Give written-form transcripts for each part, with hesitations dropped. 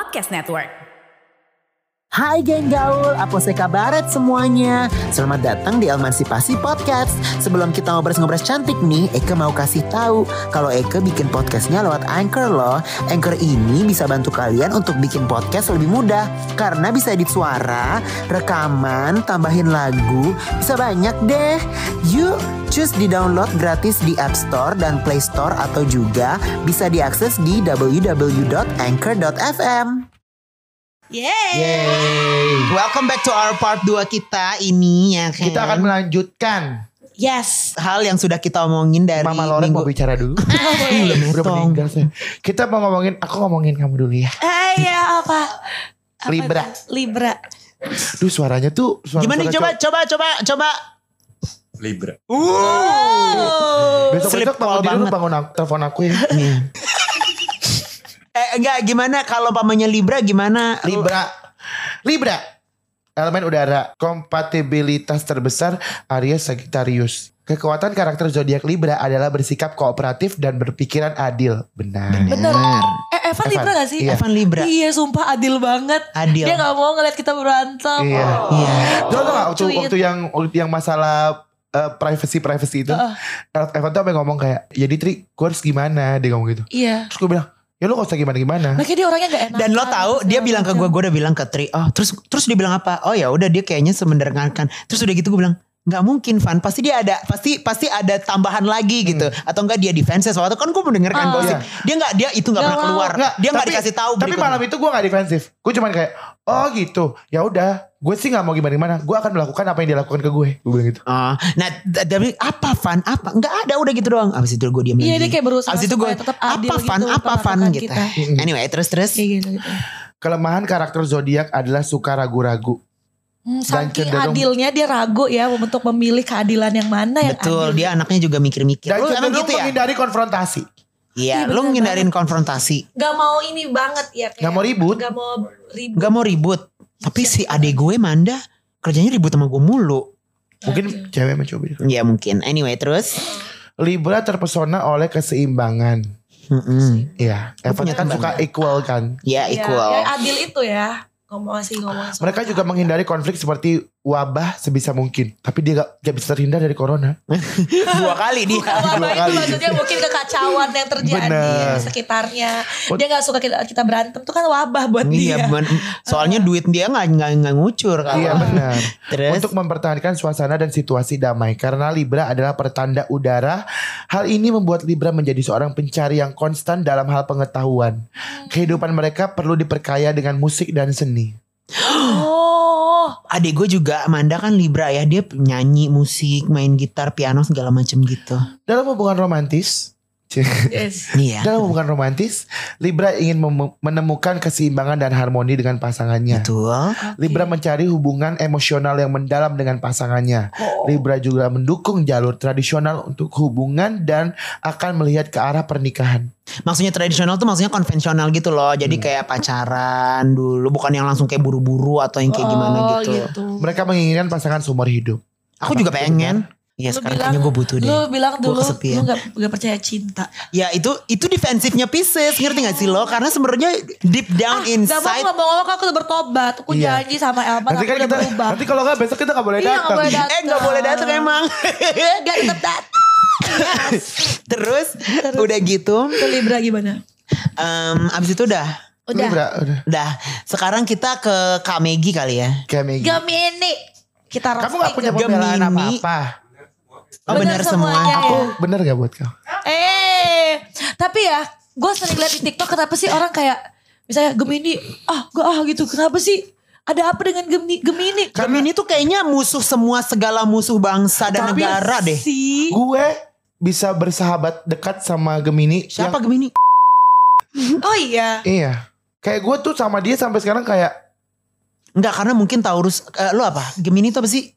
Podcast Network. Hai geng gaul, apa kabaret semuanya? Selamat datang di Emansipasi Podcast. Sebelum kita ngobrol-ngobrol cantik nih, Eke mau kasih tahu kalau Eke bikin podcastnya lewat Anchor loh. Anchor ini bisa bantu kalian untuk bikin podcast lebih mudah karena bisa edit suara, rekaman, tambahin lagu, bisa banyak deh. Yuk, cus di-download gratis di App Store dan Play Store atau juga bisa diakses di www.anchor.fm. Yeay. Welcome back to our part 2 kita ini ya kan. Kita akan melanjutkan Yes. hal yang sudah kita omongin dari Mama Loren mau bicara dulu. Udah meninggal saya. Kita mau ngomongin, aku ngomongin kamu dulu ya. Ya apa Libra. Libra. Duh suaranya tuh Gimana nih, coba Libra. Besok bangun tidur bangun telepon aku ya. Enggak, gimana kalau pamannya Libra gimana? Libra. Elemen udara. Kompatibilitas terbesar Aries Sagittarius. Kekuatan karakter zodiak Libra adalah bersikap kooperatif dan berpikiran adil. Benar. Evan Libra gak sih? Iya. Evan Libra. Iya sumpah adil banget. Adil. Dia gak mau ngeliat kita berantem. Iya. Iya. Tahu gak Cuit. waktu yang masalah privacy itu, Evan tuh sampai ngomong kayak, jadi Tri, gue harus gimana? Dia ngomong gitu. Iya. Terus gue bilang, ya lu gak usah gimana-gimana. Makanya dia orangnya gak enak. Dan lo tahu dia bilang ke gue udah bilang ke Tri, oh terus dia bilang apa? Oh ya udah dia kayaknya semendengarkan. Terus udah gitu gue bilang, nggak mungkin Van, pasti dia ada pasti ada tambahan lagi gitu, atau enggak dia defenses. Waktu kan gue mendengarkan gosip, dia itu nggak pernah keluar, dia nggak dikasih tahu. Tapi malam itu gue gak defensif, gue cuman kayak, oh gitu, ya udah, gue sih nggak mau gimana-gimana, gue akan melakukan apa yang dia lakukan ke gue bilang gitu. Nah, tapi apa Van? Apa? Nggak ada, udah gitu doang. Abis itu gue diam lagi. Iya dia kayak berusaha Abis itu gue supaya tetap adil apa Van? gitu Apa Van memperlakukan gitu. kita. Anyway, terus. Kayak gitu. Kelemahan karakter zodiak adalah suka ragu-ragu. Saking cenderung- adilnya dia ragu ya untuk memilih keadilan yang mana yang Betul, adil. dia anaknya juga mikir-mikir. Dan Lu emang cenderung gitu ya? menghindari konfrontasi. Iya, Iya, lu bener ngindarin konfrontasi. Gak mau ini banget ya kayak. Gak mau ribut. Gak mau ribut. Gak mau ribut. Tapi si adek gue Manda kerjanya ribut sama gue mulu. Mungkin cewek mencoba. Ya mungkin. Anyway, terus. Libra terpesona oleh keseimbangan. Iya, Lu Evan punya kan teman. suka equal kan. Ya, Iya, equal. ya adil itu ya. Ngomong soal Mereka juga menghindari konflik seperti wabah sebisa mungkin. Tapi dia gak bisa terhindar dari corona. 2 kali dia. Wabah Dua itu kali. maksudnya mungkin kekacauan yang terjadi Bener. di sekitarnya. Dia gak suka kita berantem tuh kan wabah buat dia. Iya, soalnya duit dia nggak ngucur kan. Iya benar. Terus? Untuk mempertahankan suasana dan situasi damai. Karena Libra adalah pertanda udara. Hal ini membuat Libra menjadi seorang pencari yang konstan dalam hal pengetahuan. Kehidupan mereka perlu diperkaya dengan musik dan seni. Oh, Adik gue juga Amanda kan Libra ya, dia nyanyi, musik, main gitar, piano segala macam gitu. Dalam hubungan romantis, yes. Iya. dalam hubungan romantis, Libra ingin menemukan keseimbangan dan harmoni dengan pasangannya. Betul. Libra mencari hubungan emosional yang mendalam dengan pasangannya. Libra juga mendukung jalur tradisional untuk hubungan dan akan melihat ke arah pernikahan. Maksudnya tradisional tuh maksudnya konvensional gitu loh. Jadi kayak pacaran dulu, bukan yang langsung kayak buru-buru atau yang kayak gimana gitu. Mereka menginginkan pasangan seumur hidup. Aku juga pengen. Iya, sekarang kayaknya gue butuh deh. Lu bilang Gua dulu kesepian. lu gak percaya cinta. Ya itu defensifnya Pisces, ngerti gak sih lo? Karena sebenarnya deep down Gak inside. mau ngomong-ngomong aku udah bertobat. Aku Iya. janji sama Elman Nanti aku kan udah kita, berubah. nanti kalau nggak besok kita nggak boleh Iya, nggak datang. boleh datang. Gak boleh datang emang. Gak tetap datang. Terus udah gitu. Itu Libra gimana? Abis itu udah. Udah. Udah. Sekarang kita ke Kak Megi kali ya. Kayak Megi. Gemini. Kita Kamu nggak punya roasting. pembelaan Gemini. apa-apa. Oh benar semua. semuanya. Aku bener gak buat kau? Tapi ya gue sering lihat di TikTok kenapa sih orang kayak misalnya Gemini gitu. Kenapa sih ada apa dengan Gemini? Gemini tuh kayaknya musuh semua segala musuh bangsa dan Tapi negara deh. Sih. Gue bisa bersahabat dekat sama Gemini. Siapa yang- Gemini? Oh iya. Iya. Kayak gue tuh sama dia sampai sekarang kayak Enggak, karena mungkin Taurus. Lu apa? Gemini tuh apa sih?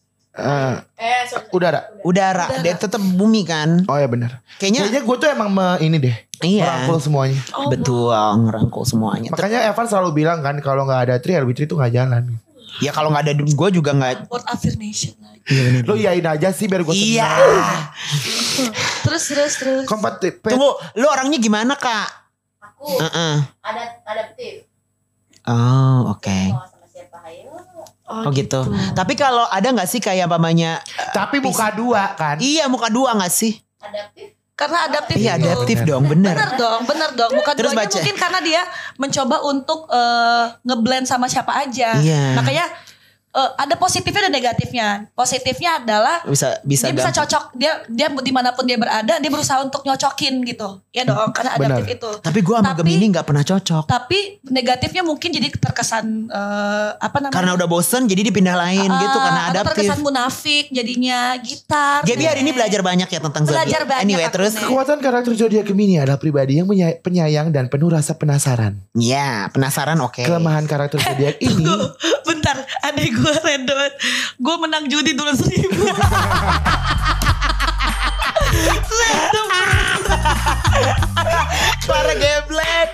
udara. Udara. Dia tetap bumi kan. Oh ya benar. Kayaknya Kayaknya gue tuh emang ini deh. Iya. Merangkul semuanya. betul ngerangkul semuanya. Makanya Evan selalu bilang kan kalau nggak ada Tri, LB3 tuh nggak jalan. Ya kalau nggak ada gue juga nggak. Word affirmation lagi. Lo iyain aja sih biar gue seneng. Iya. Terus. Kompatibel. Tunggu, lu orangnya gimana Kak? Aku Heeh. adaptif. Oh oke. Oh gitu. Tapi kalau ada gak sih kayak pamannya Tapi muka dua kan. Iya muka dua gak sih? Karena adaptif Iya itu. adaptif dong bener. Bener dong. Muka Terus duanya baca. mungkin karena dia mencoba untuk ngeblend sama siapa aja. Iya. Makanya ada positifnya dan negatifnya. Positifnya adalah Bisa dia bisa gampang. cocok. Dia dimanapun dia berada, dia berusaha untuk nyocokin gitu. Ya dong, karena adaptif Benar. itu. Tapi gue sama Gemini gak pernah cocok. Tapi negatifnya mungkin jadi terkesan apa namanya? Karena udah bosen jadi dipindah lain gitu karena atau adaptif. terkesan munafik jadinya gitar. Gaby hari ini belajar banyak ya tentang Belajar zodiak. banyak Anyway aku terus nih. Kekuatan karakter zodiak Gemini adalah pribadi yang penyayang dan penuh rasa penasaran. ya penasaran oke. Kelemahan karakter zodiak ini Bentar, adek gue random. Gue menang judi 200.000. Random. Clara geblek.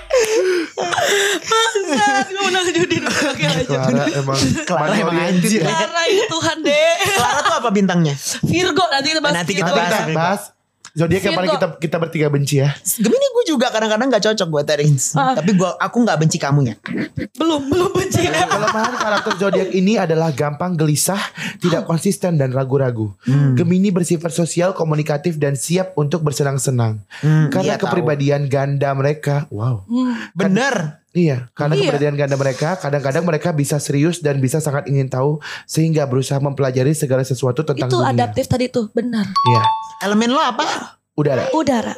Gue menang judi. Oke lanjut. Clara emang Clara emang money-oriented anjir. ya. Clara ya Tuhan deh. Clara tuh apa bintangnya? Virgo nanti kita bahas. Nanti Virgo. kita Nanti kita bahas zodiak yang paling kita bertiga benci ya. Gemini gue juga kadang-kadang gak cocok buat Terins. Tapi aku gak benci kamu ya. Belum benci. Kelemahan karakter zodiak ini adalah gampang gelisah, tidak konsisten dan ragu-ragu. Gemini bersifat sosial, komunikatif dan siap untuk bersenang-senang. Karena iya tahu. kepribadian ganda mereka, wow. Bener. Iya, karena Iya. kepribadian ganda mereka, kadang-kadang mereka bisa serius dan bisa sangat ingin tahu sehingga berusaha mempelajari segala sesuatu tentang Itu dunia. adaptif tadi tuh, benar. Iya, Elemen lo apa? udara. Udara.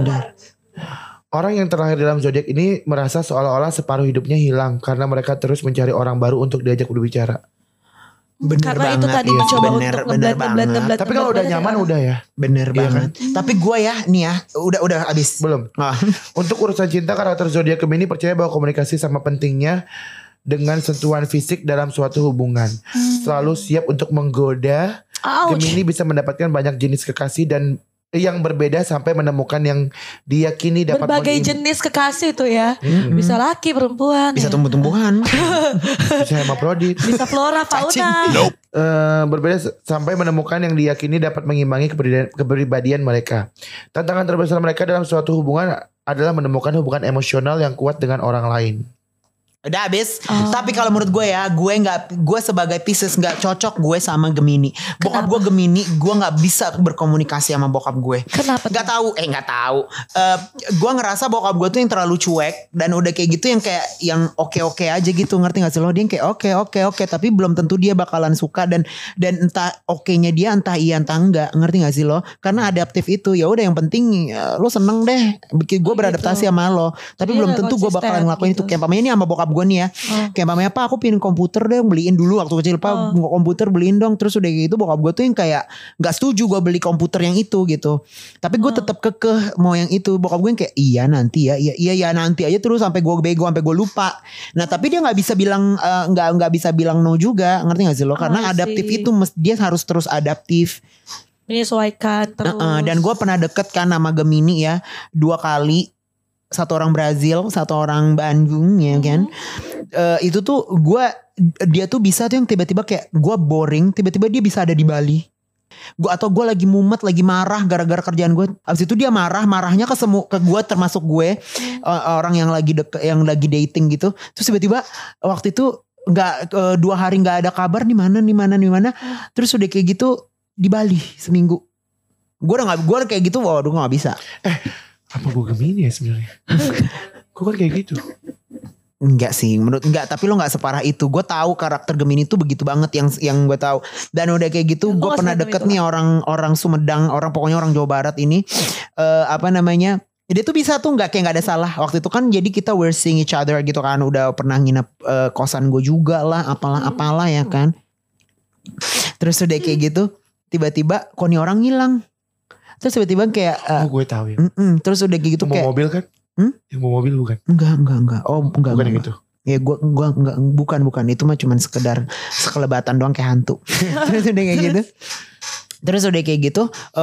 Orang yang terlahir dalam zodiak ini merasa seolah-olah separuh hidupnya hilang karena mereka terus mencari orang baru untuk diajak berbicara. Bener Karena banget. itu tadi iya, mencoba bener, untuk bener ngeblend. Tapi kalau udah nyaman udah ya. Bener Iya banget. Tapi gue ya nih ya udah abis. Belum. Oh. Untuk urusan cinta, karakter zodiak Gemini percaya bahwa komunikasi sama pentingnya dengan sentuhan fisik dalam suatu hubungan. Selalu siap untuk menggoda. Ouch. Gemini bisa mendapatkan banyak jenis kekasih dan yang berbeda sampai menemukan yang diyakini dapat Berbagai jenis kekasih tuh ya. Bisa laki, perempuan. Bisa ya. tumbuh-tumbuhan. bisa hemafrodit. Bisa flora, fauna. Berbeda sampai menemukan yang diyakini dapat mengimbangi kepribadian mereka. Tantangan terbesar mereka dalam suatu hubungan adalah menemukan hubungan emosional yang kuat dengan orang lain. Udah habis. Tapi kalau menurut gue ya, gue sebagai Pisces nggak cocok gue sama Gemini. Bokap gue Gemini, gue nggak bisa berkomunikasi sama bokap gue. Kenapa? Nggak tahu. Gue ngerasa bokap gue tuh yang terlalu cuek dan udah kayak gitu yang kayak yang oke aja gitu, ngerti nggak sih lo? Dia yang kayak oke, tapi belum tentu dia bakalan suka dan entah oke-nya dia entah iya entah enggak, ngerti nggak sih lo? Karena adaptif itu ya udah yang penting lo seneng deh, bikin gue beradaptasi sama lo. Tapi Dia belum nggak tentu gue bakalan konsisten ngelakuin gitu. itu. Kayak pamannya ini sama bokap gue nih ya. Kayak pamannya apa? Aku pingin komputer deh, beliin dulu waktu kecil pak. Komputer beliin dong. Terus udah gitu bokap gue tuh yang kayak nggak setuju gue beli komputer yang itu gitu. Tapi gue tetap kekeh mau yang itu. Bokap gue yang kayak iya nanti ya nanti aja terus sampai gue bego sampai gue lupa. Nah tapi dia nggak bisa bilang nggak bisa bilang no juga, ngerti nggak sih lo? Karena I adaptif see. itu dia harus terus adaptif. Menyesuaikan terus. Dan gue pernah deket kan sama Gemini ya 2 kali. Satu orang Brazil, satu orang Bandung ya kan. Itu tuh dia tuh bisa tuh yang tiba-tiba kayak gue boring, tiba-tiba dia bisa ada di Bali. Atau gue lagi mumet, lagi marah gara-gara kerjaan gue. Abis itu dia marahnya ke gue termasuk gue orang yang lagi dating gitu. Terus tiba-tiba waktu itu nggak 2 hari nggak ada kabar di mana. Terus udah kayak gitu di Bali seminggu. Gue kayak gitu, waduh nggak bisa. Apa gue Gemini ya sebenarnya? Gue kan kayak gitu. Enggak sih, tapi lo nggak separah itu. Gue tahu karakter Gemini tuh begitu banget yang gue tahu. Dan udah kayak gitu, gue pernah deket nih orang Sumedang, pokoknya orang Jawa Barat ini, dia tuh bisa tuh nggak ada salah. Waktu itu kan jadi kita we're seeing each other gitu kan, udah pernah nginep kosan gue juga lah, apalah ya kan. Terus udah kayak gitu, tiba-tiba kok nih orang hilang. Terus tiba-tiba kayak gue tahu ya. terus udah kayak gitu Mau kayak mobil kan? Yang mau mobil bukan? Enggak. Oh, enggak. Bukan yang gitu. Ya gua enggak, bukan itu mah cuman sekedar sekelebatan doang kayak hantu. Terus udah kayak gitu. Terus udah kayak gitu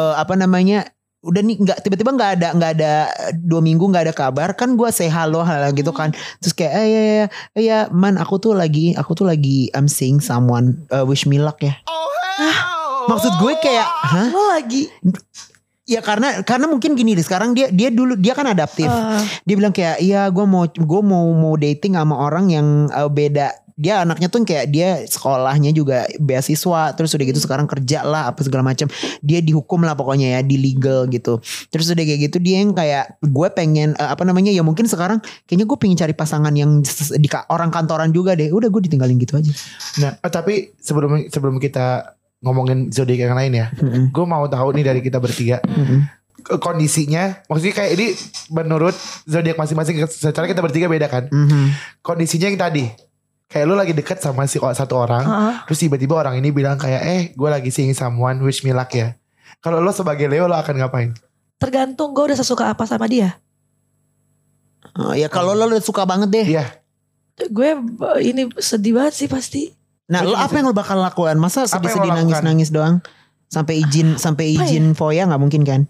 udah nih nggak tiba-tiba nggak ada 2 minggu nggak ada kabar kan, gue say halo gitu kan. Terus kayak ya man aku tuh lagi I'm seeing someone, wish me luck ya. Maksud gue kayak Lo lagi Ya karena mungkin gini deh, sekarang dia dulu dia kan adaptif. Dia bilang kayak iya gue mau dating sama orang yang beda. Dia anaknya tuh kayak dia sekolahnya juga beasiswa, terus udah gitu sekarang kerja lah apa segala macam. Dia dihukum lah pokoknya ya, di legal gitu. Terus udah kayak gitu dia yang kayak gue pengen ya mungkin sekarang kayaknya gue pengen cari pasangan yang di orang kantoran juga deh. Udah gue ditinggalin gitu aja. Nah, tapi sebelum kita ngomongin zodiak yang lain ya, gue mau tahu nih dari kita bertiga kondisinya, maksudnya kayak ini menurut zodiak masing-masing, secara kita bertiga beda kan. Kondisinya yang tadi, kayak lu lagi deket sama satu orang, terus tiba-tiba orang ini bilang kayak gue lagi seeing someone, wish me luck ya. Kalau lo sebagai Leo lo akan ngapain? Tergantung gue udah sesuka apa sama dia. Ya kalau lo udah suka banget deh. Iya. Gue ini sedih banget sih pasti. Nah, lo apa yang lo bakal lakukan? Masa sedih-sedih lo lakukan? nangis-nangis doang? Sampai izin foya nggak mungkin kan?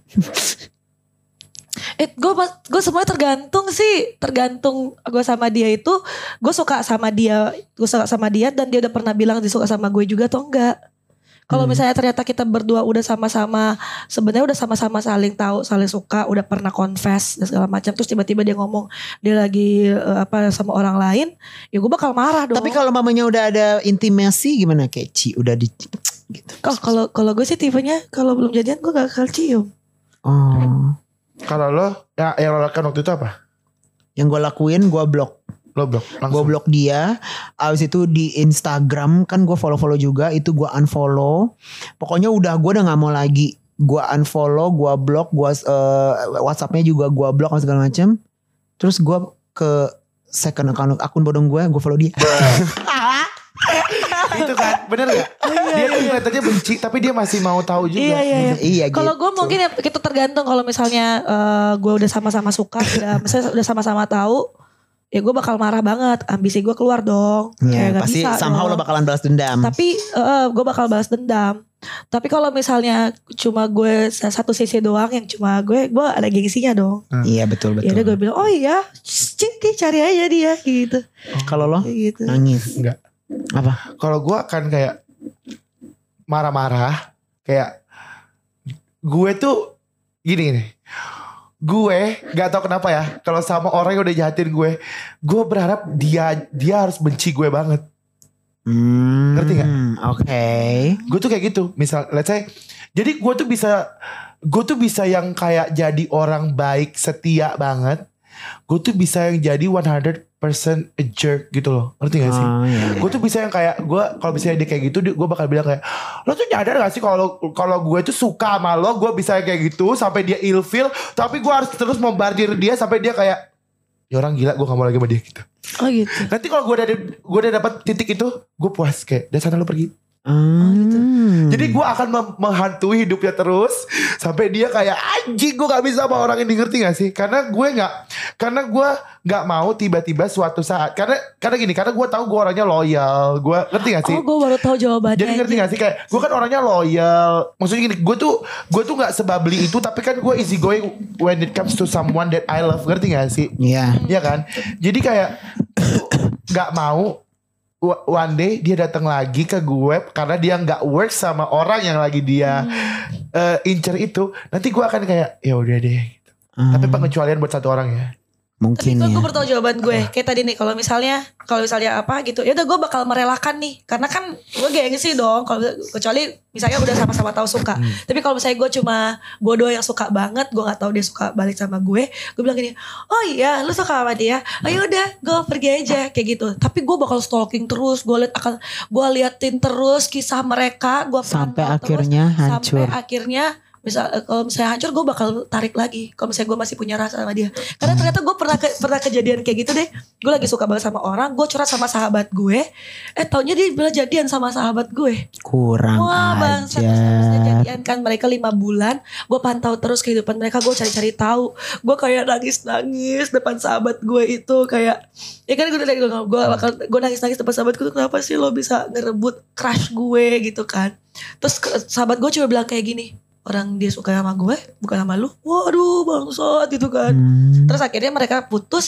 Gue semuanya tergantung gue sama dia itu, gue suka sama dia dan dia udah pernah bilang dia suka sama gue juga atau enggak. Kalau misalnya ternyata kita berdua udah sama-sama, sebenarnya udah sama-sama saling tahu, saling suka, udah pernah confess dan segala macam, terus tiba-tiba dia ngomong dia lagi sama orang lain, ya gue bakal marah dong. Tapi kalau mamanya udah ada intimasi gimana, kayak udah di gitu. Kalau gue sih tipenya kalau belum jadian gue gak bakal cium. Oh. Kalau lo yang lo lakukan waktu itu apa? Yang gue lakuin gue blok. Lo blok langsung. Gue blok dia. Abis itu di Instagram kan gue follow juga, itu gue unfollow. Pokoknya gue udah gak mau lagi. Gue unfollow, gue blok, WhatsAppnya juga gue blok segala macam. Terus gue ke second akun bodong gue follow dia. Itu kan bener gak? Dia tuh kelihatannya benci tapi dia masih mau tahu juga. Iya gitu. Kalau gue mungkin ya itu tergantung. Kalau misalnya gue udah sama-sama suka, misalnya udah sama-sama tahu, ya gue bakal marah banget. Ambisi gue keluar dong. Ya, pasti somehow lo bakalan balas dendam. Tapi gue bakal balas dendam. Tapi kalau misalnya cuma gue satu sisi doang, yang cuma gue ada gengsinya dong. Iya betul. Ya udah gue bilang oh iya cari aja dia gitu. Kalau lo gitu. nangis? Enggak. Apa? Kalau gue akan kayak marah-marah, kayak gue tuh gini nih. Gue gak tahu kenapa ya, kalau sama orang yang udah jahatin gue berharap dia harus benci gue banget. Ngerti gak? Oke. Gue tuh kayak gitu. Misal, let's say, jadi gue tuh bisa yang kayak jadi orang baik, setia banget. Gue tuh bisa yang jadi 100% a jerk gitu loh. Ngerti gak sih? Iya. Gue tuh bisa yang kayak kalau misalnya dia kayak gitu, gue bakal bilang kayak, lo tuh nyadar gak sih kalau gue tuh suka sama lo, gue bisa kayak gitu sampai dia ilfeel, tapi gue harus terus bombardir dia sampai dia kayak, ya orang gila, gue gak mau lagi sama dia gitu. Oh gitu. Nanti kalau gue udah dapat titik itu, gue puas kayak, dari sana lo pergi. gitu. Jadi gue akan menghantui hidupnya terus sampai dia kayak anjing gue gak bisa sama orang ini, ngerti gak sih? Karena gue gak mau tiba-tiba suatu saat karena gue tahu gue orangnya loyal, gue ngerti gak sih? Oh gue baru tahu jawabannya. Jadi ngerti gak sih kayak gue kan orangnya loyal. Maksudnya gini, gue tuh gak sebabli itu, tapi kan gue easy going when it comes to someone that I love, ngerti gak sih? Iya. Iya kan? Jadi kayak gak mau one day dia datang lagi ke gue karena dia nggak work sama orang yang lagi dia incer itu. Nanti gue akan kayak ya udah deh. Tapi pengecualian buat satu orang ya. Mungkin tapi ya. gue baru tahu jawaban gue. Kayak tadi nih, kalau misalnya apa gitu, ya udah gue bakal merelakan nih, karena kan gue gengsi dong. Kalau kecuali misalnya udah sama-sama tahu suka. Tapi kalau misalnya gue doang yang suka banget, gue nggak tahu dia suka balik sama gue bilang gini, oh iya lu suka sama dia, oh yaudah gue pergi aja kayak gitu. Tapi gue bakal stalking terus, gue liatin terus kisah mereka, gue sampai akhirnya hancur. Sampai akhirnya kalau misalnya hancur, gue bakal tarik lagi. Kalau misalnya gue masih punya rasa sama dia. Karena ternyata gue pernah kejadian kayak gitu deh. Gue lagi suka banget sama orang, gue curhat sama sahabat gue. Taunya dia bilang jadian sama sahabat gue. Kurang bangsa, aja. jadian kan mereka 5 bulan. Gue pantau terus kehidupan mereka, gue cari-cari tahu. Gue kayak nangis depan sahabat gue itu kayak, ya kan gue nangis depan sahabat gue. Kenapa sih lo bisa ngerebut crush gue gitu kan? Terus sahabat gue cuma bilang kayak gini, orang dia suka sama gue bukan sama lu. Waduh bangsat gitu kan. Terus akhirnya mereka putus.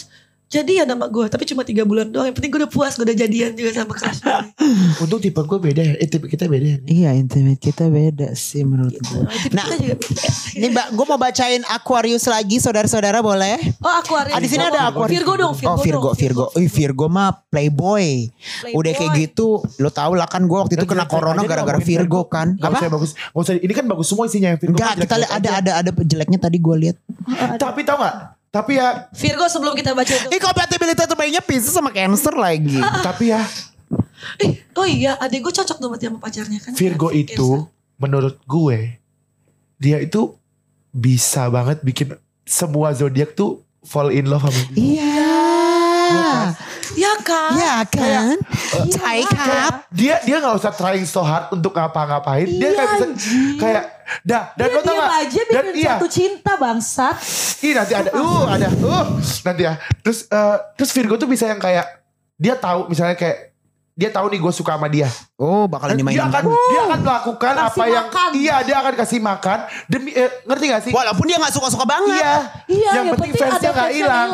jadian sama gue, tapi cuma 3 bulan doang. Yang penting gue udah puas, gue udah jadian juga sama crush gue. Untung tipe gue beda ya. Tipe kita beda ya. Iya, intimate kita beda sih menurut gue. Tipe kita juga beda. Ini Mbak, gue mau bacain Aquarius lagi, saudara-saudara boleh? Oh, Aquarius. Di sini ada Aquarius. Virgo dong, Virgo. Virgo mah playboy. Udah kayak gitu, lo tau lah kan gue waktu itu kena corona gara-gara Virgo kan. Apa? Bagus. Ini kan bagus semua isinya yang Virgo. Enggak, kita lihat ada jeleknya tadi gue lihat. Tapi tau gak? Tapi ya Virgo sebelum kita baca itu. Kompatibilitas terbaiknya Pisces sama Cancer lagi. Tapi ya Oh iya, adik gue cocok tuh sama pacarnya kan. Virgo itu menurut gue dia itu bisa banget bikin semua zodiak tuh fall in love sama dia. Iya. Ya kan? Iya kan? Cai kap. Dia nggak usah trying so hard untuk ngapa-ngapain. Dia kayak bisa kayak dan lo tau gak? aja bikin jatuh cinta bangsat. Ih nanti ada nanti ya. Terus Virgo tuh bisa yang kayak dia tahu misalnya kayak dia tahu nih gue suka sama dia. Oh, bakal dimainin. Dia akan melakukan kasih apa yang makan. iya dia akan kasih makan demi ngerti gak sih? Walaupun dia gak suka-suka banget. Iya, yang penting fansnya gak hilang.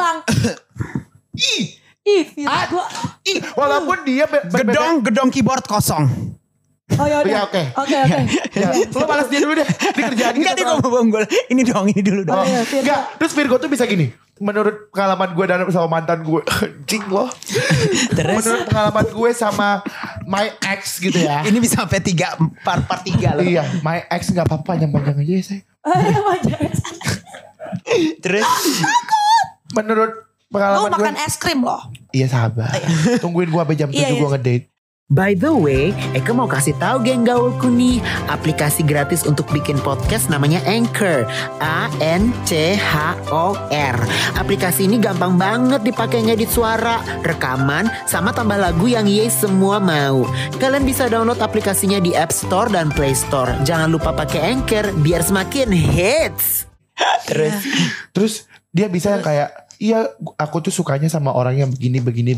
Virgo. Walaupun dia Gedong keyboard kosong. Oh ya udah. Oke. Ya. Lo balas dia dulu deh. Di kerjaan Enggak, dia ngomong bonggol. Ini dulu dong. Enggak. Terus Virgo tuh bisa gini. Menurut pengalaman gue dan sama mantan gue. Anjing loh. Terus? Menurut pengalaman gue sama my ex gitu ya. Ini bisa sampai 3 part 3 loh. Iya. My ex gak apa-apa. Panjang aja ya saya. Terus? Menurut pengalaman gue. Makan es krim loh. Iya sabar. Tungguin gue sampai jam 7 gue ngedate. By the way, Eka mau kasih tahu geng gaulku nih, aplikasi gratis untuk bikin podcast namanya Anchor, ANCHOR. Aplikasi ini gampang banget dipakai ngedit suara, rekaman, sama tambah lagu yang ye semua mau. Kalian bisa download aplikasinya di App Store dan Play Store. Jangan lupa pakai Anchor biar semakin hits. Terus dia bisa yang kayak iya aku tuh sukanya sama orang yang begini.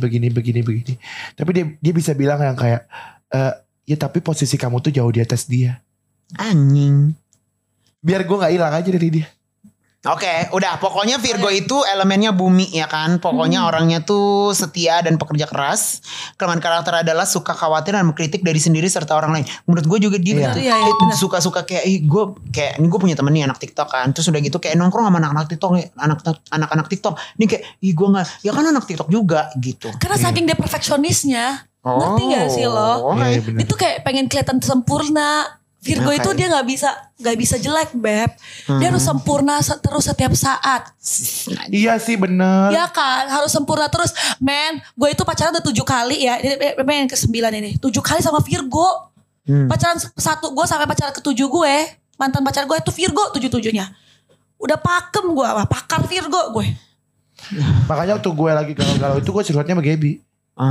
Tapi dia bisa bilang yang kayak ya tapi posisi kamu tuh jauh di atas dia. Anjing. Biar gue gak hilang aja dari dia. Oke, udah. Pokoknya Virgo itu elemennya bumi ya kan. Pokoknya orangnya tuh setia dan pekerja keras. Kelemahan karakter adalah suka khawatir dan mengkritik dari sendiri serta orang lain. Menurut gue juga dia suka-suka kayak ini gue punya temen nih anak TikTok kan. Terus udah gitu kayak nongkrong sama anak-anak TikTok nih, anak-anak TikTok. Ini kayak gue nggak, ya kan anak TikTok juga gitu. Karena saking dia perfeksionisnya. Ngerti gak sih lo? Iya, Itu kayak pengen kelihatan sempurna. Virgo itu dia nggak bisa jelek beb. Dia harus sempurna terus setiap saat. Iya sih bener. Ya kan harus sempurna terus. Men gue itu pacaran udah 7 kali ya. Ini yang ke-9 ini 7 kali sama Virgo. Pacaran 1 gue sampai pacaran ke-7 gue. Mantan pacar gue itu Virgo 7-7-nya. Udah pakem gue. Pakar Virgo gue. Makanya waktu gue lagi galau-galau itu gue curhatnya sama Gaby.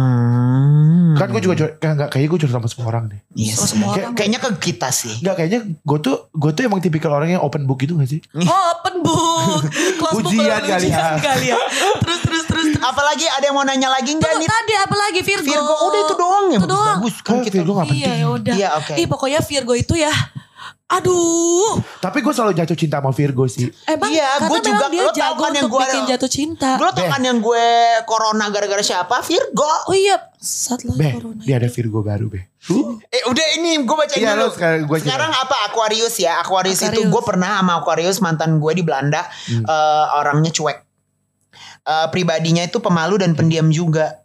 Kan gue juga kayaknya gue curhat sama semua orang deh. Yes. Kayaknya ke kita sih. Enggak, kayaknya gue tuh emang tipikal orang yang open book gitu gak sih? Oh open book. Ujian kali ya. Terus. Apalagi ada yang mau nanya lagi enggak nih? Tadi apa lagi Virgo? Udah itu doang ya. Itu doang. Bagus kan kita. Virgo gak penting. Iya ya udah. Iya oke. Pokoknya Virgo itu ya. Aduh. Tapi gue selalu jatuh cinta sama Virgo sih. Emang iya, gue juga dia lo tau jago kan yang untuk gue bikin jatuh cinta. Lo tau kan yang gue corona gara-gara siapa? Virgo. Oh iya, saat lah corona. Dia ada Virgo baru be. Udah ini gue bacain iya, dulu. Sekarang apa Aquarius ya? Aquarius itu gue pernah sama Aquarius mantan gue di Belanda. Orangnya cuek. Pribadinya itu pemalu dan pendiam juga.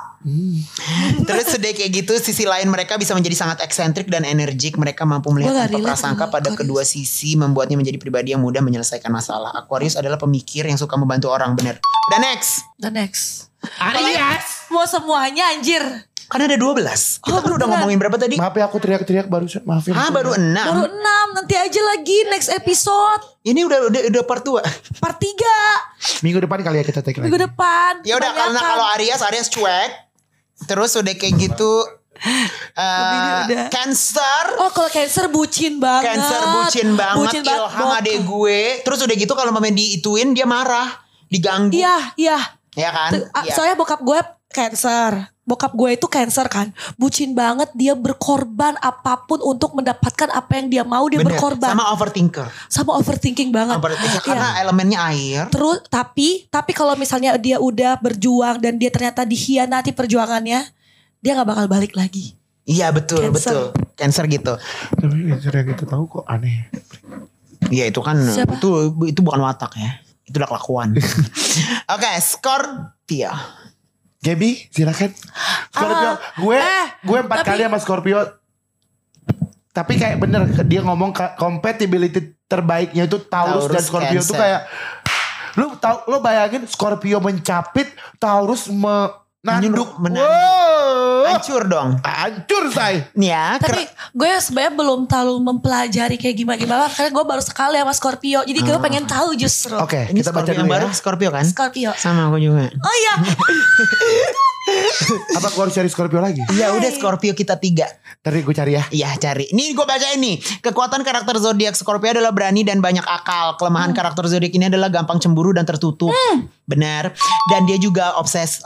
Terus sedih kayak gitu, sisi lain mereka bisa menjadi sangat eksentrik dan energik. Mereka mampu melihat tanpa prasangka pada kedua sisi, membuatnya menjadi pribadi yang mudah menyelesaikan masalah. Aquarius adalah pemikir yang suka membantu orang, bener. Udah next. Aries. Mau semuanya anjir. Kan ada 12. Kita kan udah ngomongin berapa tadi? Maaf ya aku teriak-teriak baru. Maafin. Baru 6. Baru 6, nanti aja lagi next episode. Ini udah part 2. Part 3. Minggu depan kali ya kita take lagi. Minggu depan. Ya udah, karena kalau Aries cuek. Terus udah kayak gitu Cancer. Oh kalau Cancer bucin banget. Ilham adek gue. Terus udah gitu kalau mama diituin dia marah, diganggu. Iya. Ya kan? Soalnya bokap gue Cancer. Bokap gue itu Cancer kan. Bucin banget, dia berkorban apapun untuk mendapatkan apa yang dia mau, dia Bener. berkorban. Sama Sama overthinking banget. karena elemennya air. Terus tapi kalau misalnya dia udah berjuang dan dia ternyata dikhianati perjuangannya, dia nggak bakal balik lagi. Iya betul. Cancer gitu. Tapi Cancer yang kita tahu kok aneh. Iya itu kan Siapa? itu bukan watak ya. Itu udah kelakuan. Oke, Scorpio. Gaby silakan. Scorpio. Gue 4 kali sama Scorpio. Tapi kayak bener dia ngomong compatibility terbaiknya itu Taurus dan Scorpio Cancer. tuh kayak lu bayangin Scorpio mencapit, Taurus menanduk. Wow. Hancur dong. Hancur say. Nih ya. Tapi gue sebenarnya belum terlalu mempelajari kayak gimana karena gue baru sekali sama Scorpio. Jadi gue pengen tahu justru. Oke, Ini kita baca Scorpio yang dulu baru ya. Scorpio kan? Scorpio. Sama aku juga. Oh iya. Apa gue harus cari Scorpio lagi? Ya udah Scorpio kita 3. Tadi gue cari ya. Iya cari. Ini gue baca ini. Kekuatan karakter zodiak Scorpio adalah berani dan banyak akal. Kelemahan karakter zodiak ini adalah gampang cemburu dan tertutup. Benar. Dan dia juga obsesif.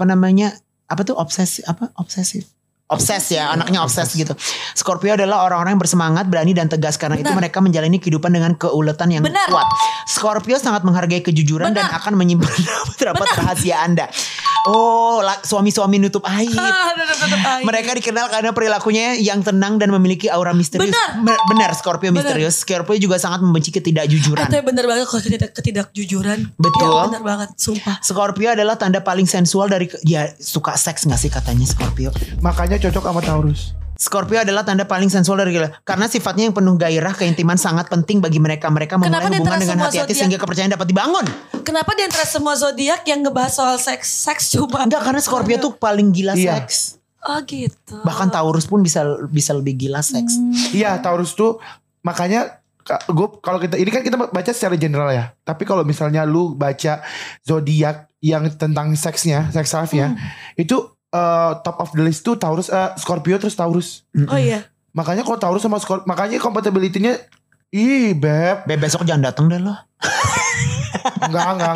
Obses ya, anaknya obses gitu. Scorpio adalah orang-orang yang bersemangat, berani dan tegas. Karena itu mereka menjalani kehidupan dengan keuletan yang Benar. kuat. Scorpio sangat menghargai kejujuran dan akan menyimpan rapat rahasia Anda. Oh, suami-suami nutup aib. Mereka dikenal karena perilakunya yang tenang dan memiliki aura misterius. Benar, Scorpio misterius. Scorpio juga sangat membenci ketidakjujuran. Itu bener banget kalau ketidakjujuran. Betul. Ya, bener banget, sumpah. Scorpio adalah tanda paling sensual dari dia suka seks gak sih katanya Scorpio. Makanya cocok sama Taurus. Scorpio adalah tanda paling sensual dari karena sifatnya yang penuh gairah, keintiman sangat penting bagi mereka. Mereka memulai Kenapa di hubungan antara dengan semua hati-hati zodiak- sehingga kepercayaan dapat dibangun. Kenapa di antara semua zodiak yang ngebahas soal seks cuma Enggak, karena Scorpio tuh paling gila Iya. seks. Oh gitu. Bahkan Taurus pun bisa lebih gila seks. Iya, Taurus tuh makanya gue kalau kita ini kan kita baca secara general ya. Tapi kalau misalnya lu baca zodiak yang tentang seksnya, seks life-nya, itu top of the list tuh Taurus, Scorpio terus Taurus. Oh iya. Makanya kalau Taurus sama Scorpio, makanya compatibility-nya Beb. Besok jangan datang deh lo. Enggak.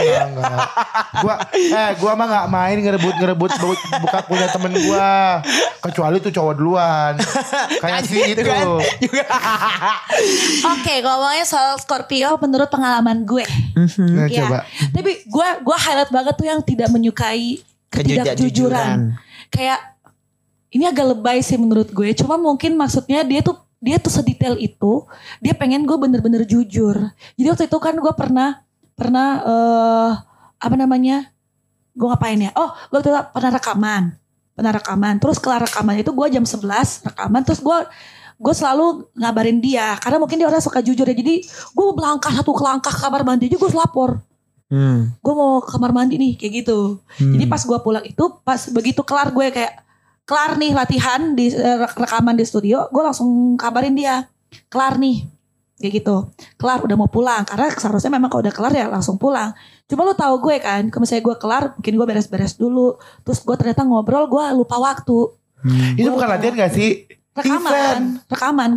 Gua mah enggak main ngerebut buka punya temen gua. Kecuali tuh cowok duluan. Kayak si itu. Oke, ngomongnya soal Scorpio menurut pengalaman gue. Nah, Ya. coba. Tapi gue highlight banget tuh yang tidak menyukai ketidakjujuran. Kayak ini agak lebay sih menurut gue. Cuma mungkin maksudnya dia tuh sedetail itu. Dia pengen gue bener-bener jujur. Jadi waktu itu kan gue pernah apa namanya? Gue ngapain ya? Oh, gue tuh pernah rekaman. Terus kelar rekaman itu gue jam 11 rekaman. Terus gue selalu ngabarin dia. Karena mungkin dia orang suka jujur ya. Jadi gue melangkah satu langkah ke kamar mandi aja gue lapor. Gue mau ke kamar mandi nih kayak gitu. Jadi pas gue pulang itu, pas begitu kelar gue kayak kelar nih latihan di rekaman di studio, gue langsung kabarin dia kelar nih kayak gitu. Kelar udah mau pulang karena seharusnya memang kalau udah kelar ya langsung pulang. Cuma lu tahu gue kan, kalau misalnya gue kelar mungkin gue beres-beres dulu, terus gue ternyata ngobrol gue lupa waktu. Itu bukan latihan gak sih? Event. Rekaman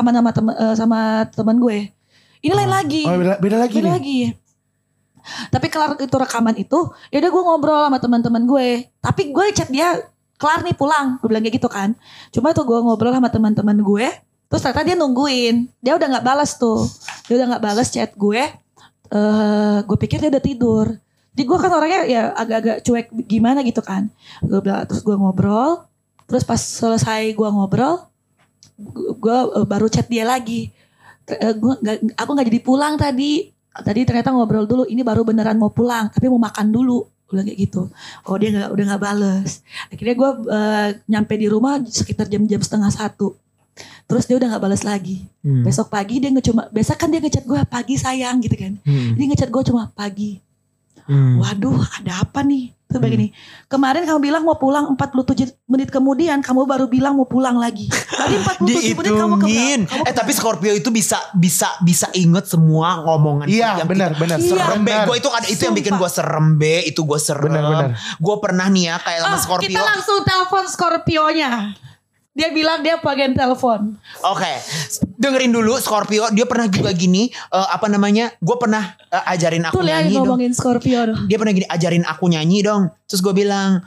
sama teman gue. Ini lain lagi. Oh, beda lagi nih. Lagi. Tapi kelar itu rekaman itu, ya udah gue ngobrol sama teman-teman gue. Tapi gue chat dia, kelar nih pulang, gue bilang kayak gitu kan. Cuma tuh gue ngobrol sama teman-teman gue, terus ternyata dia nungguin. Dia udah nggak balas tuh, dia udah nggak balas chat gue. Gue pikir dia udah tidur. Jadi gue kan orangnya ya agak-agak cuek gimana gitu kan. Gue bilang, terus gue ngobrol, terus pas selesai gue ngobrol, gue baru chat dia lagi. Aku nggak jadi pulang tadi. Tadi ternyata ngobrol dulu, ini baru beneran mau pulang, tapi mau makan dulu, bilang kayak gitu. Oh dia udah nggak bales. Akhirnya gue nyampe di rumah sekitar jam 12:30. Terus dia udah nggak bales lagi. Besok pagi dia biasa kan dia ngechat gue pagi sayang gitu kan. Dia ngechat gue cuma pagi. Waduh, ada apa nih? Terus begini, kemarin kamu bilang mau pulang 47 menit kemudian kamu baru bilang mau pulang lagi. Tadi 47 menit kamu tapi Scorpio itu bisa inget semua ngomongan. Iya, benar. Serem be, gue itu yang bikin gue serem be, itu gue serem. Benar. Gue pernah nih ya kayak sama Scorpio. Kita langsung telepon Scorpionya. Dia bilang dia bagian telepon. Oke, dengerin dulu Scorpio. Dia pernah juga gini, gue pernah ajarin aku tuh nyanyi ngomongin dong. Scorpio dong. Dia pernah gini, ajarin aku nyanyi dong. Terus gue bilang,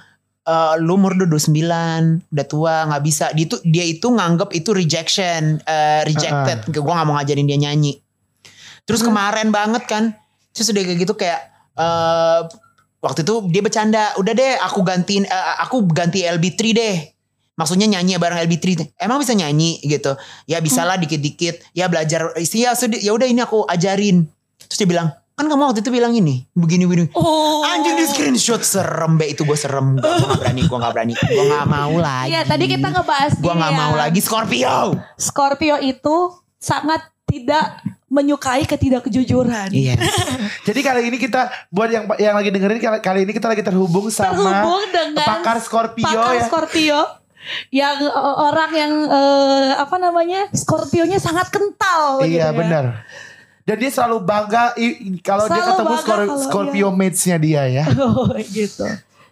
lu umur 29, udah tua, nggak bisa. Dia itu nganggep itu rejected. Gue nggak mau ngajarin dia nyanyi. Terus kemarin banget kan, terus udah kayak gitu kayak waktu itu dia bercanda, udah deh aku ganti LB3 deh. Maksudnya nyanyi bareng LB3. Emang bisa nyanyi gitu? Ya bisalah dikit-dikit. Ya belajar. Ya udah ini aku ajarin. Terus dia bilang, kan kamu waktu itu bilang ini begini. Anjing di screenshot, serem be, itu gue serem. Gue gak berani. Gue gak mau lagi. Iya tadi kita ngebahas gue gak mau lagi Scorpio itu sangat tidak menyukai ketidakjujuran. Iya. Jadi kali ini kita buat yang lagi dengerin, kali ini kita lagi terhubung dengan pakar Scorpio. Yang orang yang Scorpionya sangat kental. Iya gitu benar. Dan dia selalu bangga kalau dia ketemu Scorpio mates-nya dia ya. Oh gitu.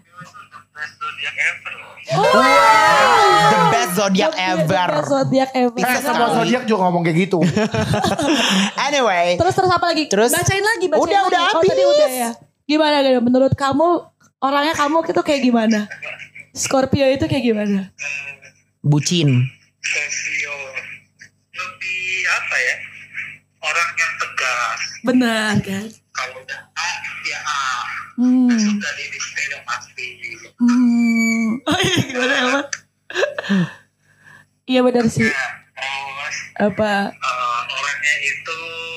The best zodiac ever. Semua zodiak juga ngomong kayak gitu. Anyway. Terus apa lagi? Bacain lagi. Udah habis. Tadi udah ya. Gimana menurut kamu, orangnya kamu itu kayak gimana? Scorpio itu kayak gimana? Bucin. Scorpio lebih apa ya? Orang yang tegas. Benar kan? Kalau udah A ya A. Sudah di sepeda pasti. Oh iya gimana emang? Iya benar sih. Terus Apa? orangnya itu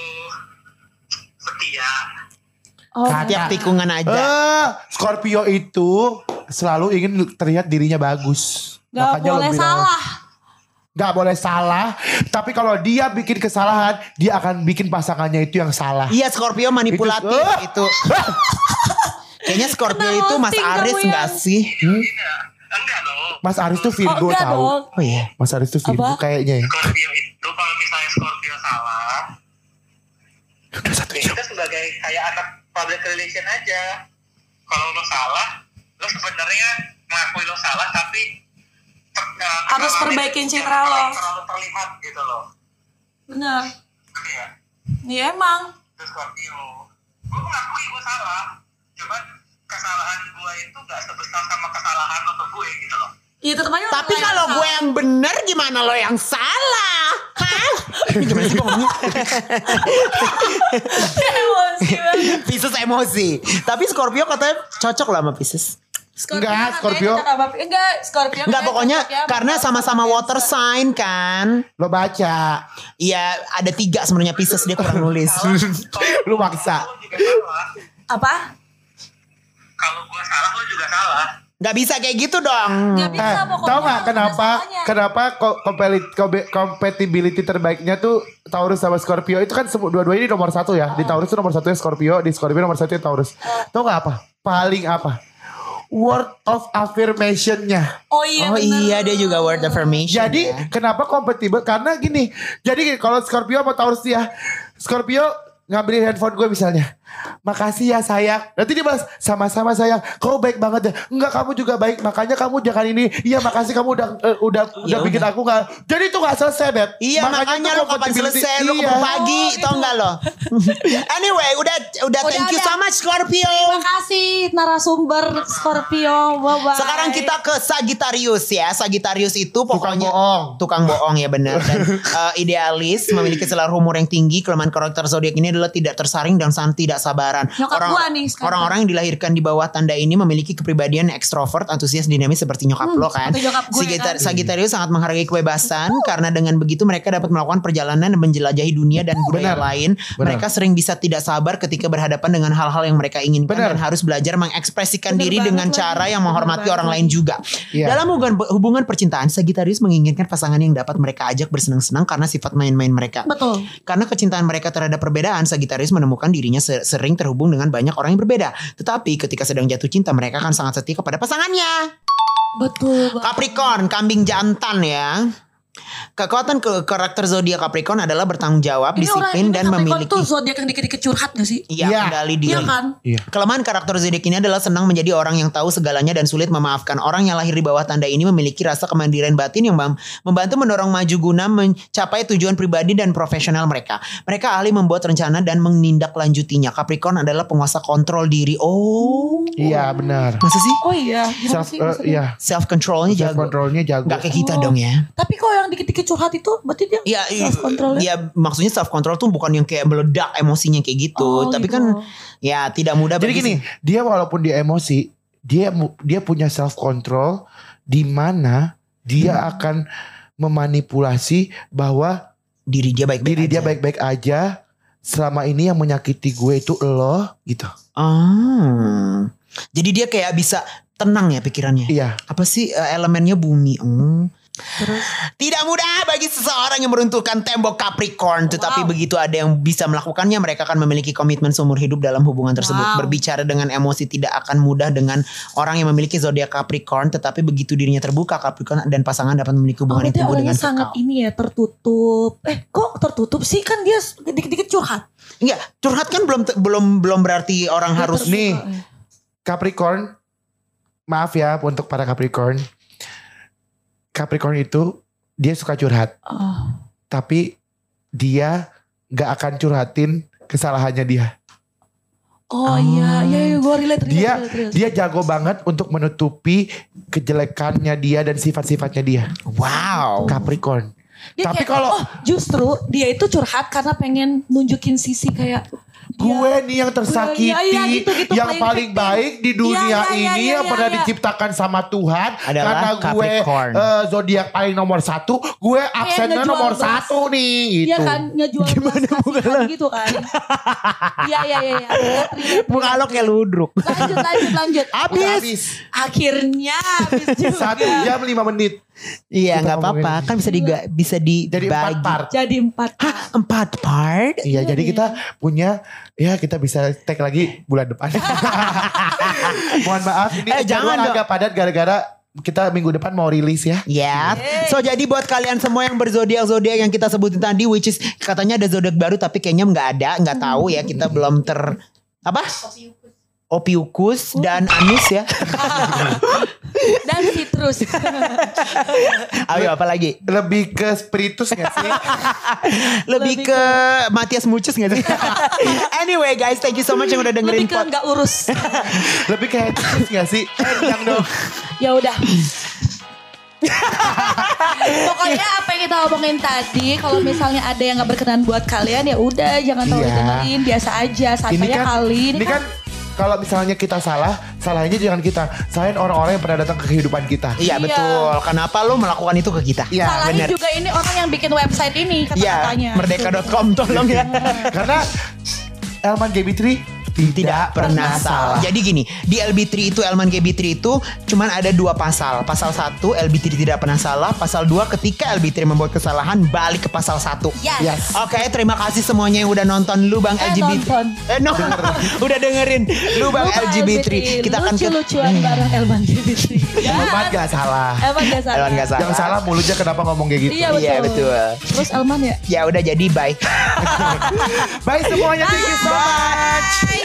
setia. Oh, Setiap tikungan aja. Scorpio itu selalu ingin terlihat dirinya bagus. Gak boleh salah. Gak boleh salah. Tapi kalau dia bikin kesalahan, dia akan bikin pasangannya itu yang salah. Iya, Scorpio manipulatif itu. Kayaknya Scorpio itu Mas Aris gak sih? Enggak dong. Mas Aris tuh Virgo tahu. Oh iya. Mas Aris tuh Virgo kayaknya ya. Scorpio itu kalau misalnya Scorpio salah, kita sebagai kayak anak public relation aja. Kalau lo salah, lo sebenarnya ngakui lo salah tapi Harus perbaikin citra lo. Terlalu terlihat gitu loh. Benar. Iya. Iya emang. Terus Scorpio, gue mengakui gue salah. Cuman kesalahan gue itu gak sebesar sama kesalahan lo ke gue gitu loh. Iya tetap aja. Tapi kalau gue yang bener, gimana lo yang salah? Hah? Gimana sih ngomongnya? Emosi banget. Pisces emosi. Tapi Scorpio katanya cocok lah sama Pisces. Enggak, Scorpio. Scorpio. Enggak, pokoknya karena sama-sama water sign kan. Lo baca. Iya, ada 3 sebenarnya Pisces, dia kurang nulis. Lu maksa. Lo juga salah. Apa? Kalau gue salah lo juga salah. Gak bisa kayak gitu dong. Gak bisa pokoknya. Tahu nggak harus kenapa compatibility terbaiknya tuh Taurus sama Scorpio itu kan dua-duanya ini nomor 1 ya. Di Taurus itu nomor 1-nya Scorpio, di Scorpio nomor 1-nya Taurus. Tahu nggak apa? Paling apa? Word of affirmation-nya. Oh iya Oh bener. iya, dia juga word affirmation. Jadi ya. kenapa kompatibel? Karena gini. Jadi kalau Scorpio sama Taurus ya, Scorpio ngambilin handphone gue misalnya, makasih ya sayang. Nanti dia balas, sama-sama sayang. Kau baik banget ya. Enggak, kamu juga baik. Makanya kamu jangan ini. Iya makasih kamu udah bikin aku nggak. Jadi itu nggak selesai Beb. Iya makanya lo kapan selesai, lo keburu pagi, tau gak lo? Anyway, udah thank you so much Scorpio. Terima kasih narasumber Scorpio. Bye-bye. Sekarang kita ke Sagittarius ya. Sagittarius itu pokoknya Tukang bohong ya benar. Dan idealis, memiliki selera humor yang tinggi. Kelemahan karakter zodiak ini adalah tidak tersaring dan tidak sabaran. Nyokap gua nih sekarang. Orang-orang yang dilahirkan di bawah tanda ini memiliki kepribadian ekstrovert, antusias, dinamis seperti nyokap lo kan. atau nyokap gue kan. Sagittarius sangat menghargai kebebasan karena dengan begitu mereka dapat melakukan perjalanan dan menjelajahi dunia dan budaya lain. Mereka sering bisa tidak sabar ketika berhadapan dengan hal-hal yang mereka inginkan dan harus belajar mengekspresikan diri dengan cara yang menghormati orang lain juga. Dalam hubungan percintaan, Sagittarius menginginkan pasangan yang dapat mereka ajak bersenang-senang karena sifat main-main mereka. Betul. Karena kecintaan mereka terhadap perbedaan, Sagittarius menemukan dirinya sering terhubung dengan banyak orang yang berbeda. Tetapi ketika sedang jatuh cinta, mereka akan sangat setia kepada pasangannya. Betul. Capricorn, kambing jantan ya. Kekuatan karakter zodiak Capricorn adalah bertanggung jawab, disiplin dan memiliki. Itu zodiak yang dikit-dikit curhat gak sih? Iya, kendali diri. Iya kan? Iya. Kelemahan karakter zodiak ini adalah senang menjadi orang yang tahu segalanya dan sulit memaafkan. Orang yang lahir di bawah tanda ini memiliki rasa kemandirian batin yang membantu mendorong maju guna mencapai tujuan pribadi dan profesional mereka. Mereka ahli membuat rencana dan menindaklanjutinya. Capricorn adalah penguasa kontrol diri. Oh. Iya benar. Masa sih? Oh iya. Gimana Self sih maksudnya? iya. Self controlnya Self jago. controlnya jago. Gak kayak kita Oh. dong ya. Tapi kok yang dikit-dikit curhat itu berarti dia Ya, self controlnya? ya maksudnya self control tuh bukan yang kayak meledak emosinya kayak gitu. Oh, Tapi gitu. kan ya tidak mudah Jadi bagi gini, dia walaupun dia emosi, dia punya self control di mana dia akan memanipulasi bahwa diri dia baik-baik diri dia aja. baik-baik aja. Selama ini yang menyakiti gue itu lo gitu. Ah. Jadi dia kayak bisa tenang ya pikirannya. Iya. Apa sih elemennya bumi? Tidak mudah bagi seseorang yang meruntuhkan tembok Capricorn, tetapi begitu ada yang bisa melakukannya, mereka akan memiliki komitmen seumur hidup dalam hubungan tersebut. Wow. Berbicara dengan emosi tidak akan mudah dengan orang yang memiliki zodiak Capricorn, tetapi begitu dirinya terbuka, Capricorn dan pasangan dapat memiliki hubungan yang berarti tumbuh orangnya dengan sangat kekal. ini ya, tertutup. Kok tertutup sih, kan dia dikit-dikit curhat. Enggak, curhat kan belum berarti orang harus terbuka, nih. ya. Capricorn, maaf ya untuk para Capricorn. Capricorn itu dia suka curhat, Oh. tapi dia gak akan curhatin kesalahannya dia. Oh iya, gue relate. Dia jago banget untuk menutupi kejelekannya dia dan sifat-sifatnya dia. wow. Capricorn. Dia Tapi kayak, kalau justru dia itu curhat karena pengen nunjukin sisi kayak gue nih yang tersakiti, Iya, gitu, yang paling victim. baik di dunia Iya, ini iya, yang pernah iya. diciptakan sama Tuhan. Adalah Karena gue Capricorn. zodiak paling nomor 1, gue absennya ngejual nomor beras. 1 nih. Iya Gitu. kan, ngejual belas kasihan gitu kan. Iya. Relate. Muka lo kayak ludruk. Lanjut. Habis. Akhirnya habis juga. 1 jam 5 menit. Iya, Kita nggak apa-apa. ngomongin. Kan bisa dibagi. Jadi 4 part. Jadi 4. Hah, 4 part? Iya, jadi kita punya, ya kita bisa tag lagi bulan depan. Mohon maaf, ini jangan jadwal dong. agak padat gara-gara kita minggu depan mau rilis ya. Ya, so jadi buat kalian semua yang berzodiak-zodiak yang kita sebutin tadi, which is katanya ada zodiak baru tapi kayaknya nggak tahu ya, kita belum apa? Ophiuchus dan Anus ya. Dan Citrus. Ayo apa lagi? Lebih ke spiritus gak sih? Lebih ke Matias Mucus gak sih? Anyway guys, thank you so much yang udah dengerin Lebih ke nggak urus. Lebih ke headset gak sih? Yang dong. Ya udah. Pokoknya apa yang kita omongin tadi, kalau misalnya ada yang nggak berkenan buat kalian, ya udah jangan terlalu Iya. dengerin, biasa aja, santai kali. Ini kan kalau misalnya kita salahnya jangan kita salahin orang-orang yang pernah datang ke kehidupan kita. Iya betul. Kenapa lo melakukan itu ke kita? Iya, salahnya bener. juga ini orang yang bikin website ini Iya, kata-katanya. merdeka.com tolong ya. Karena Elman GB3 tidak pernah salah. Jadi gini, di LB3 itu Elman GB3 itu cuman ada 2 pasal. Pasal 1 LB3 tidak pernah salah. Pasal 2 ketika LB3 membuat kesalahan balik ke pasal 1. Yes. Oke, terima kasih semuanya yang udah nonton Lubang LGBT. Nonton. Udah dengerin Lubang LGBT. Kita akan lucu-lucuan bareng Elman LGBT. Elman gak salah. Elman gak salah. Elman gak salah. Yang salah mulutnya kenapa ngomong kayak gitu. Iya betul. Iya, betul. Terus Elman ya. Ya udah jadi bye. Bye semuanya, thank you so much. Bye.